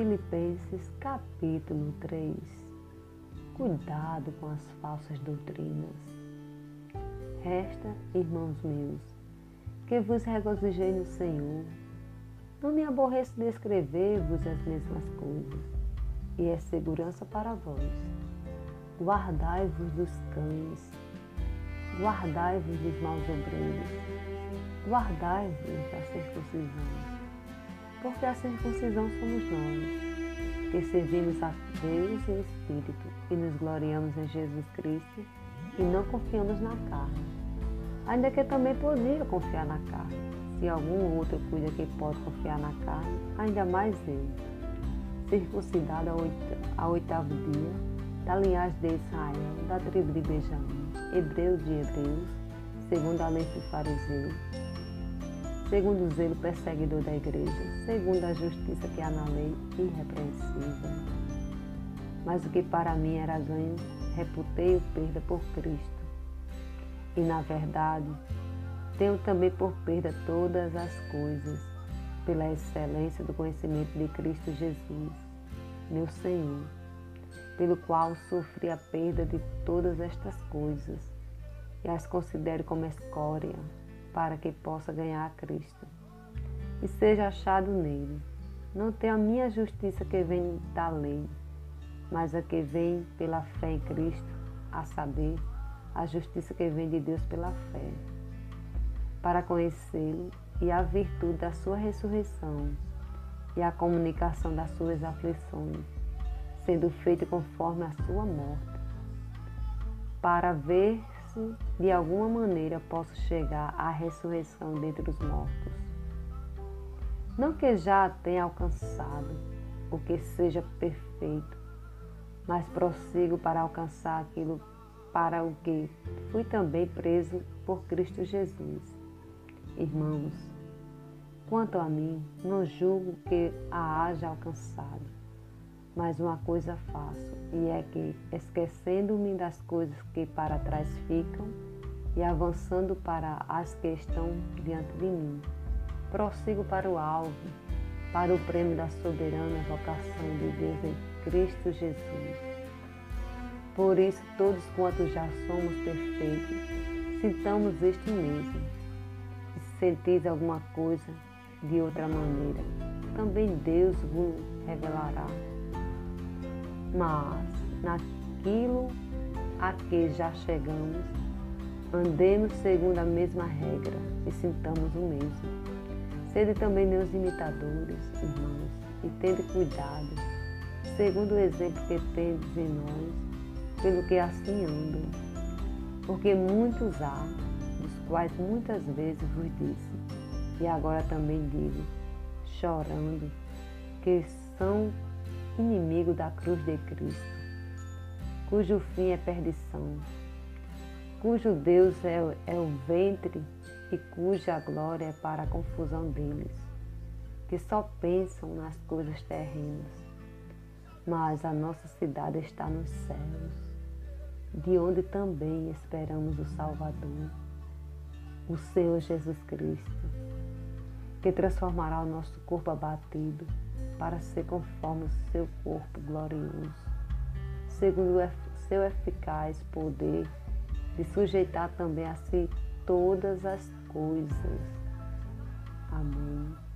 Filipenses capítulo 3. Cuidado com as falsas doutrinas. Resta, irmãos meus, que vos regozijei no Senhor. Não me aborreço de escrever-vos as mesmas coisas, e é segurança para vós. Guardai-vos dos cães, guardai-vos dos maus obreiros, guardai-vos da circuncisão, porque a circuncisão somos nós, que servimos a Deus em Espírito e nos gloriamos em Jesus Cristo e não confiamos na carne, ainda que também podia confiar na carne. Se algum outro cuida que pode confiar na carne, ainda mais eu, circuncidado ao oitavo dia, da linhagem de Israel, da tribo de Benjamim, hebreu de hebreus, segundo a lei do fariseu, segundo o zelo perseguidor da igreja, segundo a justiça que há na lei, irrepreensível. Mas o que para mim era ganho, reputei-o perda por Cristo. E na verdade, tenho também por perda todas as coisas, pela excelência do conhecimento de Cristo Jesus, meu Senhor, pelo qual sofri a perda de todas estas coisas, e as considero como escória, para que possa ganhar a Cristo, e seja achado nele. Não tenho a minha justiça que vem da lei, mas a que vem pela fé em Cristo, a saber, a justiça que vem de Deus pela fé, para conhecê-lo e a virtude da sua ressurreição e a comunicação das suas aflições, sendo feito conforme a sua morte, para ver se de alguma maneira posso chegar à ressurreição dentre os mortos. Não que já tenha alcançado o que seja perfeito, mas prossigo para alcançar aquilo para o que fui também preso por Cristo Jesus. Irmãos, quanto a mim, não julgo que a haja alcançado, mas uma coisa faço, e é que, esquecendo-me das coisas que para trás ficam e avançando para as que estão diante de mim, prossigo para o alvo, para o prêmio da soberana vocação de Deus em Cristo Jesus. Por isso, todos quantos já somos perfeitos, sintamos isto mesmo. E se sentis alguma coisa de outra maneira, também Deus vos revelará. Mas, naquilo a que já chegamos, andemos segundo a mesma regra e sintamos o mesmo. Sede também meus imitadores, irmãos, e tende cuidado, segundo o exemplo que tendes em nós, pelo que assim andam. Porque muitos há, dos quais muitas vezes vos disse, e agora também digo, chorando, que são inimigos da cruz de Cristo, cujo fim é perdição, cujo Deus é o ventre e cuja glória é para a confusão deles, que só pensam nas coisas terrenas. Mas a nossa cidade está nos céus, de onde também esperamos o Salvador, o Senhor Jesus Cristo, que transformará o nosso corpo abatido para ser conforme o seu corpo glorioso, segundo o seu eficaz poder de sujeitar também a si todas as coisas. Amém.